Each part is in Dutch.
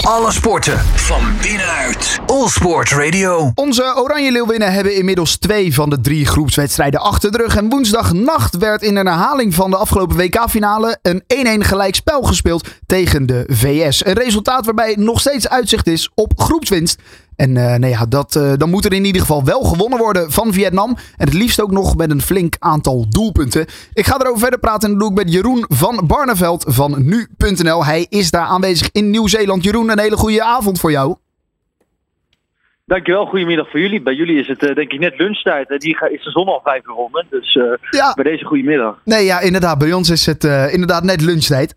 Alle sporten van binnenuit. All Sport Radio. Onze Oranje Leeuwinnen hebben inmiddels 2 van de 3 groepswedstrijden achter de rug. En woensdagnacht werd in een herhaling van de afgelopen WK-finale een 1-1 gelijkspel gespeeld tegen de VS. Een resultaat waarbij nog steeds uitzicht is op groepswinst. En dan moet er in ieder geval wel gewonnen worden van Vietnam. En het liefst ook nog met een flink aantal doelpunten. Ik ga erover verder praten en dat doe ik met Jeroen van Barneveld van nu.nl. Hij is daar aanwezig in Nieuw-Zeeland. Jeroen, een hele goede avond voor jou. Dankjewel, goedemiddag voor jullie. Bij jullie is het denk ik net lunchtijd. Is de zon al 5 uur onder. Dus bij deze goedemiddag. Nee, ja, inderdaad. Bij ons is het inderdaad net lunchtijd.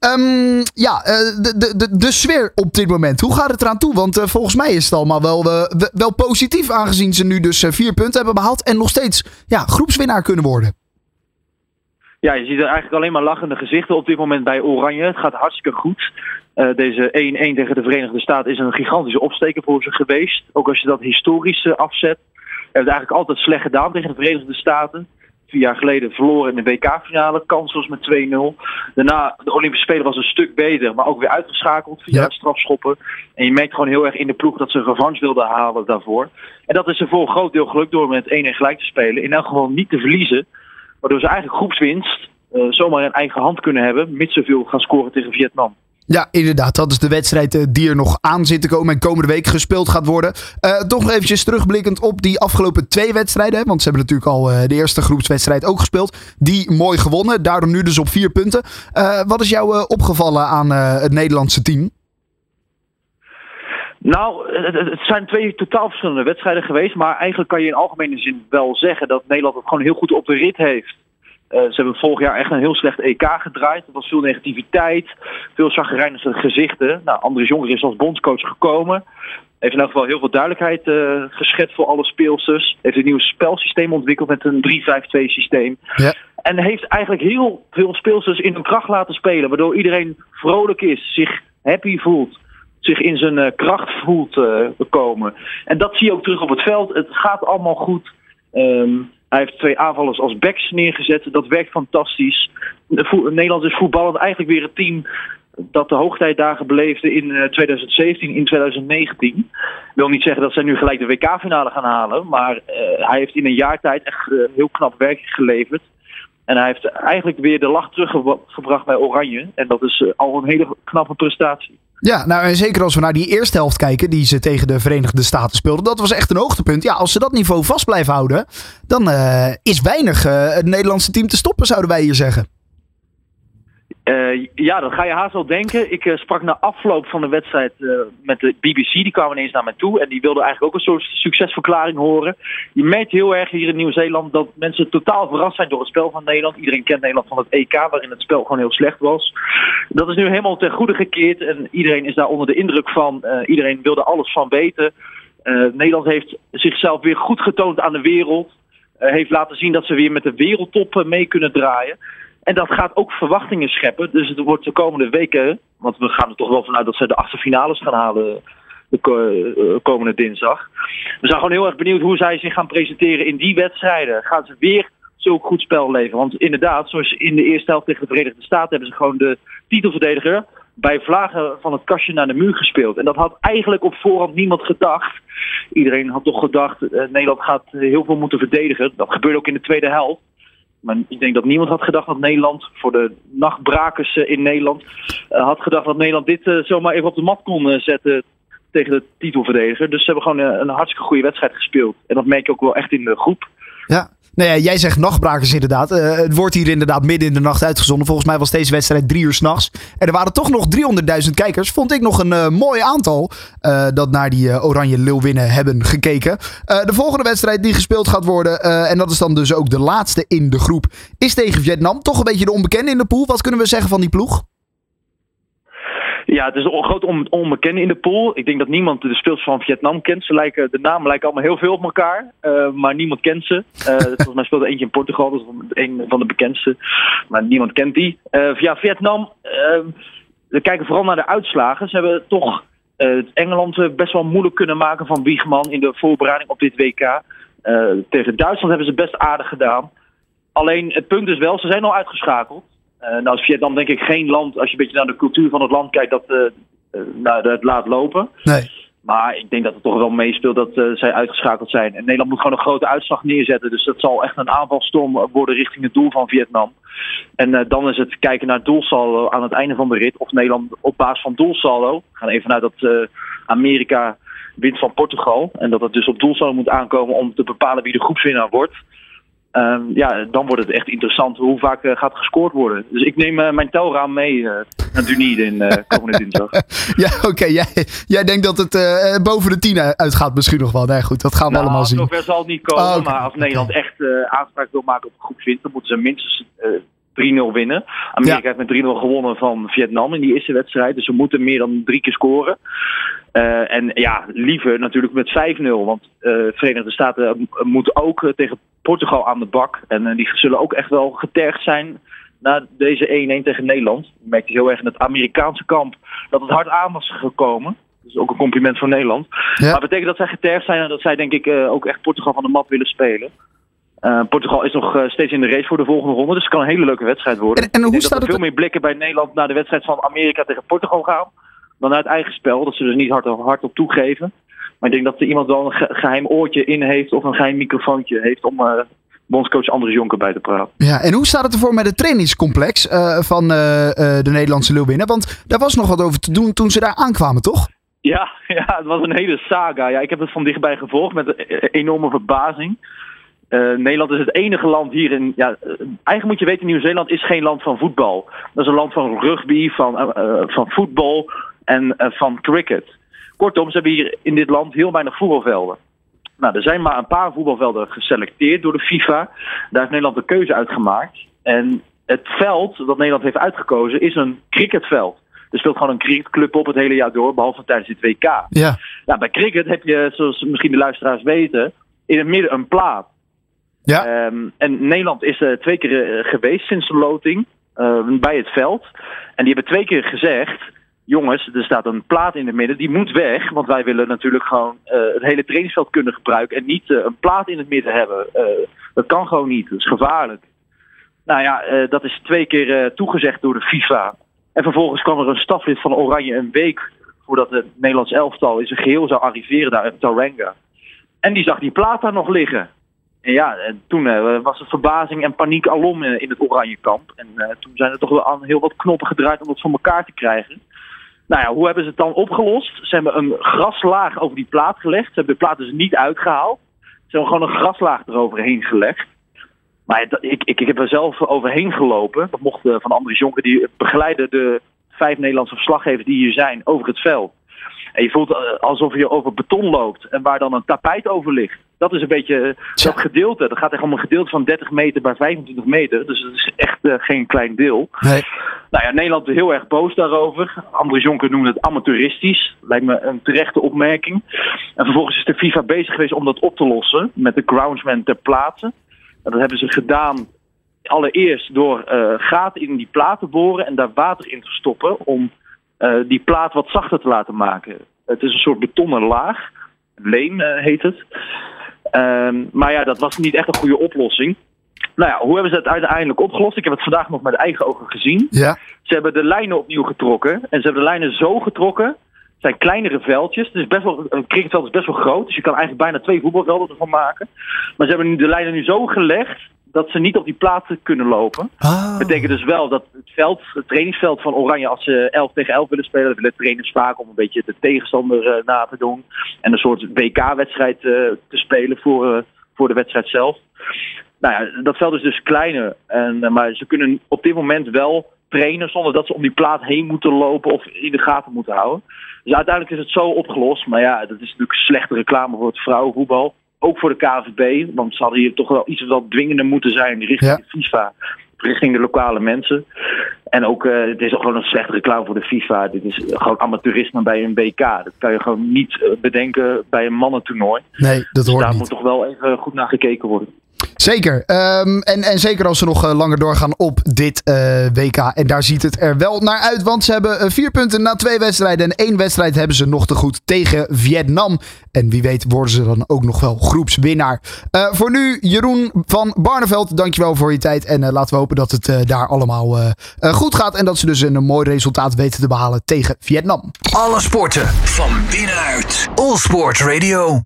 De sfeer op dit moment. Hoe gaat het eraan toe? Want volgens mij is het allemaal wel positief. Aangezien ze nu dus 4 punten hebben behaald. En nog steeds groepswinnaar kunnen worden. Ja, je ziet er eigenlijk alleen maar lachende gezichten op dit moment bij Oranje. Het gaat hartstikke goed. Deze 1-1 tegen de Verenigde Staten is een gigantische opsteker voor ze geweest. Ook als je dat historisch afzet. Hebben het eigenlijk altijd slecht gedaan tegen de Verenigde Staten. 4 jaar geleden verloren in de WK-finale. Kansloos met 2-0. Daarna, de Olympische Spelen was een stuk beter. Maar ook weer uitgeschakeld via strafschoppen. En je merkt gewoon heel erg in de ploeg dat ze revanche wilden halen daarvoor. En dat is er voor een groot deel gelukt door met 1-1 gelijk te spelen. In elk geval niet te verliezen. Waardoor ze eigenlijk groepswinst zomaar in eigen hand kunnen hebben. Mits ze veel gaan scoren tegen Vietnam. Ja, inderdaad. Dat is de wedstrijd die er nog aan zit te komen en komende week gespeeld gaat worden. Toch nog eventjes terugblikkend op die afgelopen 2 wedstrijden. Want ze hebben natuurlijk al de eerste groepswedstrijd ook gespeeld. Die mooi gewonnen. Daardoor nu dus op 4 punten. Wat is jou opgevallen aan het Nederlandse team? Nou, het zijn 2 totaal verschillende wedstrijden geweest. Maar eigenlijk kan je in algemene zin wel zeggen dat Nederland het gewoon heel goed op de rit heeft. Ze hebben vorig jaar echt een heel slecht EK gedraaid. Er was veel negativiteit, veel chagrijnige gezichten. Nou, Andries Jonker is als bondscoach gekomen. Heeft in elk geval heel veel duidelijkheid geschetst voor alle speelsters. Heeft een nieuw spelsysteem ontwikkeld met een 3-5-2 systeem. Ja. En heeft eigenlijk heel veel speelsters in hun kracht laten spelen. Waardoor iedereen vrolijk is, zich happy voelt. Zich in zijn kracht voelt komen. En dat zie je ook terug op het veld. Het gaat allemaal goed. Hij heeft 2 aanvallers als backs neergezet. Dat werkt fantastisch. Nederland is voetballend eigenlijk weer het team dat de hoogtijdagen beleefde in 2017, in 2019. Ik wil niet zeggen dat zij nu gelijk de WK-finale gaan halen. Maar hij heeft in een jaar tijd echt heel knap werk geleverd. En hij heeft eigenlijk weer de lach teruggebracht bij Oranje. En dat is al een hele knappe prestatie. Ja, nou en zeker als we naar die eerste helft kijken die ze tegen de Verenigde Staten speelden. Dat was echt een hoogtepunt. Ja, als ze dat niveau vast blijven houden, dan is weinig het Nederlandse team te stoppen, zouden wij hier zeggen. Ja, dat ga je haast wel denken. Ik sprak na afloop van de wedstrijd met de BBC. Die kwamen ineens naar mij toe. En die wilden eigenlijk ook een soort succesverklaring horen. Je merkt heel erg hier in Nieuw-Zeeland dat mensen totaal verrast zijn door het spel van Nederland. Iedereen kent Nederland van het EK, waarin het spel gewoon heel slecht was. Dat is nu helemaal ten goede gekeerd. En iedereen is daar onder de indruk van. Iedereen wilde alles van weten. Nederland heeft zichzelf weer goed getoond aan de wereld. Heeft laten zien dat ze weer met de wereldtop mee kunnen draaien. En dat gaat ook verwachtingen scheppen. Dus het wordt de komende weken, want we gaan er toch wel vanuit dat ze de 8e finales gaan halen de komende dinsdag. We zijn gewoon heel erg benieuwd hoe zij zich gaan presenteren in die wedstrijden. Gaan ze weer zulk goed spel leveren? Want inderdaad, zoals in de eerste helft tegen de Verenigde Staten hebben ze gewoon de titelverdediger bij vlagen van het kastje naar de muur gespeeld. En dat had eigenlijk op voorhand niemand gedacht. Iedereen had toch gedacht, Nederland gaat heel veel moeten verdedigen. Dat gebeurde ook in de tweede helft. Maar ik denk dat niemand had gedacht dat Nederland, voor de nachtbrakers in Nederland, had gedacht dat Nederland dit zomaar even op de mat kon zetten tegen de titelverdediger. Dus ze hebben gewoon een hartstikke goede wedstrijd gespeeld. En dat merk je ook wel echt in de groep. Ja. Nou ja, jij zegt nachtbrakers inderdaad. Het wordt hier inderdaad midden in de nacht uitgezonden. Volgens mij was deze wedstrijd 3 uur 's nachts. En er waren toch nog 300.000 kijkers. Vond ik nog een mooi aantal dat naar die Oranje Leeuwinnen hebben gekeken. De volgende wedstrijd die gespeeld gaat worden, en dat is dan dus ook de laatste in de groep, is tegen Vietnam. Toch een beetje de onbekende in de pool. Wat kunnen we zeggen van die ploeg? Ja, het is een groot onbekende in de pool. Ik denk dat niemand de speelsters van Vietnam kent. De namen lijken allemaal heel veel op elkaar. Maar niemand kent ze. Volgens mij speelde eentje in Portugal. Dat is een van de bekendste. Maar niemand kent die. Vietnam. We kijken vooral naar de uitslagen. Ze hebben toch Engeland best wel moeilijk kunnen maken van Wiegman in de voorbereiding op dit WK. Tegen Duitsland hebben ze best aardig gedaan. Alleen het punt is wel, ze zijn al uitgeschakeld. Nou is Vietnam denk ik geen land, als je een beetje naar de cultuur van het land kijkt, dat het laat lopen. Nee. Maar ik denk dat het toch wel meespeelt dat zij uitgeschakeld zijn. En Nederland moet gewoon een grote uitslag neerzetten. Dus dat zal echt een aanvalstorm worden richting het doel van Vietnam. En dan is het kijken naar doelsaldo aan het einde van de rit. Of Nederland op basis van doelsaldo. We gaan even vanuit dat Amerika wint van Portugal. En dat het dus op doelsaldo moet aankomen om te bepalen wie de groepswinnaar wordt. Dan wordt het echt interessant hoe vaak gaat gescoord worden. Dus ik neem mijn telraam mee naar Dunide in komende dinsdag. Ja, oké. Jij denkt dat het boven de 10 uitgaat misschien nog wel. Nee, goed, dat gaan we allemaal zien. Zover zal het niet komen. Maar als Nederland echt aanspraak wil maken op een groepswinst, dan moeten ze minstens 3-0 winnen. Amerika heeft met 3-0 gewonnen van Vietnam in die eerste wedstrijd. Dus ze moeten meer dan 3 keer scoren. Liever natuurlijk met 5-0. Want Verenigde Staten moeten ook tegen Portugal aan de bak. En die zullen ook echt wel getergd zijn na deze 1-1 tegen Nederland. Je merkt heel erg in het Amerikaanse kamp dat het hard aan was gekomen. Dus ook een compliment voor Nederland. Ja. Maar dat betekent dat zij getergd zijn en dat zij denk ik ook echt Portugal van de mat willen spelen. Portugal is nog steeds in de race voor de volgende ronde. Dus het kan een hele leuke wedstrijd worden. En hoe staat er veel meer blikken bij Nederland naar de wedstrijd van Amerika tegen Portugal gaan dan naar het eigen spel. Dat ze dus niet hard op toegeven. Maar ik denk dat er iemand wel een geheim oortje in heeft of een geheim microfoontje heeft om bondscoach Andries Jonker bij te praten. Ja, en hoe staat het ervoor met het trainingscomplex van de Nederlandse Leeuwinnen? Want daar was nog wat over te doen toen ze daar aankwamen, toch? Ja, het was een hele saga. Ja, ik heb het van dichtbij gevolgd met enorme verbazing. Nederland is het enige land hier in... Ja, eigenlijk moet je weten, Nieuw-Zeeland is geen land van voetbal. Dat is een land van rugby, van voetbal en van cricket. Kortom, ze hebben hier in dit land heel weinig voetbalvelden. Nou, er zijn maar een paar voetbalvelden geselecteerd door de FIFA. Daar heeft Nederland de keuze uitgemaakt. En het veld dat Nederland heeft uitgekozen is een cricketveld. Er speelt gewoon een cricketclub op het hele jaar door, behalve tijdens dit WK. Ja. Nou, bij cricket heb je, zoals misschien de luisteraars weten, in het midden een plaat. Ja. En Nederland is 2 keer geweest sinds de loting bij het veld. En die hebben 2 keer gezegd, jongens, er staat een plaat in het midden, die moet weg. Want wij willen natuurlijk gewoon het hele trainingsveld kunnen gebruiken en niet een plaat in het midden hebben. Dat kan gewoon niet, dat is gevaarlijk. Nou ja, dat is 2 keer toegezegd door de FIFA. En vervolgens kwam er een staflid van Oranje een week voordat het Nederlands elftal in zijn geheel zou arriveren daar in Tauranga. En die zag die plaat daar nog liggen. En toen was er verbazing en paniek alom in het Oranje kamp. En toen zijn er toch wel aan heel wat knoppen gedraaid om dat voor elkaar te krijgen. Nou ja, hoe hebben ze het dan opgelost? Ze hebben een graslaag over die plaat gelegd. Ze hebben de plaat dus niet uitgehaald. Ze hebben gewoon een graslaag eroverheen gelegd. Maar ik heb er zelf overheen gelopen. Dat mocht van Andries Jonker, die begeleidde de 5 Nederlandse verslaggevers die hier zijn over het veld. En je voelt alsof je over beton loopt en waar dan een tapijt over ligt. Dat is een beetje dat gedeelte. Dat gaat echt om een gedeelte van 30 meter bij 25 meter. Dus dat is echt geen klein deel. Nee. Nou ja, Nederland is heel erg boos daarover. Andries Jonker noemde het amateuristisch. Lijkt me een terechte opmerking. En vervolgens is de FIFA bezig geweest om dat op te lossen met de groundsman ter plaatse. En dat hebben ze gedaan allereerst door gaten in die plaat te boren en daar water in te stoppen om die plaat wat zachter te laten maken. Het is een soort betonnen laag. Leem heet het. Maar ja, dat was niet echt een goede oplossing. Nou ja, hoe hebben ze het uiteindelijk opgelost? Ik heb het vandaag nog met eigen ogen gezien. Ja. Ze hebben de lijnen opnieuw getrokken. En ze hebben de lijnen zo getrokken. Het zijn kleinere veldjes. Het is best wel, een cricketveld is best wel groot. Dus je kan eigenlijk bijna 2 voetbalvelden ervan maken. Maar ze hebben nu de lijnen nu zo gelegd dat ze niet op die platen kunnen lopen. Dat betekent dus wel dat het trainingsveld van Oranje, als ze 11 tegen 11 willen spelen, dan willen trainers vaak om een beetje de tegenstander na te doen. En een soort WK-wedstrijd te spelen voor de wedstrijd zelf. Nou ja, dat veld is dus kleiner. Maar ze kunnen op dit moment wel trainen zonder dat ze om die plaat heen moeten lopen of in de gaten moeten houden. Dus uiteindelijk is het zo opgelost. Maar ja, dat is natuurlijk slechte reclame voor het vrouwenvoetbal. Ook voor de KNVB, want ze hadden hier toch wel iets wat dwingender moeten zijn richting de FIFA, richting de lokale mensen. En ook, het is ook gewoon een slechte reclame voor de FIFA. Dit is gewoon amateurisme bij een WK. Dat kan je gewoon niet bedenken bij een mannentoernooi. Nee, dat hoort daar niet. moet toch wel even goed naar gekeken worden. Zeker. En zeker als ze nog langer doorgaan op dit WK. En daar ziet het er wel naar uit. Want ze hebben 4 punten na 2 wedstrijden. En 1 wedstrijd hebben ze nog te goed tegen Vietnam. En wie weet worden ze dan ook nog wel groepswinnaar. Voor nu, Jeroen van Barneveld. Dankjewel voor je tijd. En laten we hopen dat het daar allemaal goed gaat. En dat ze dus een mooi resultaat weten te behalen tegen Vietnam. Alle sporten van binnenuit. All Sport Radio.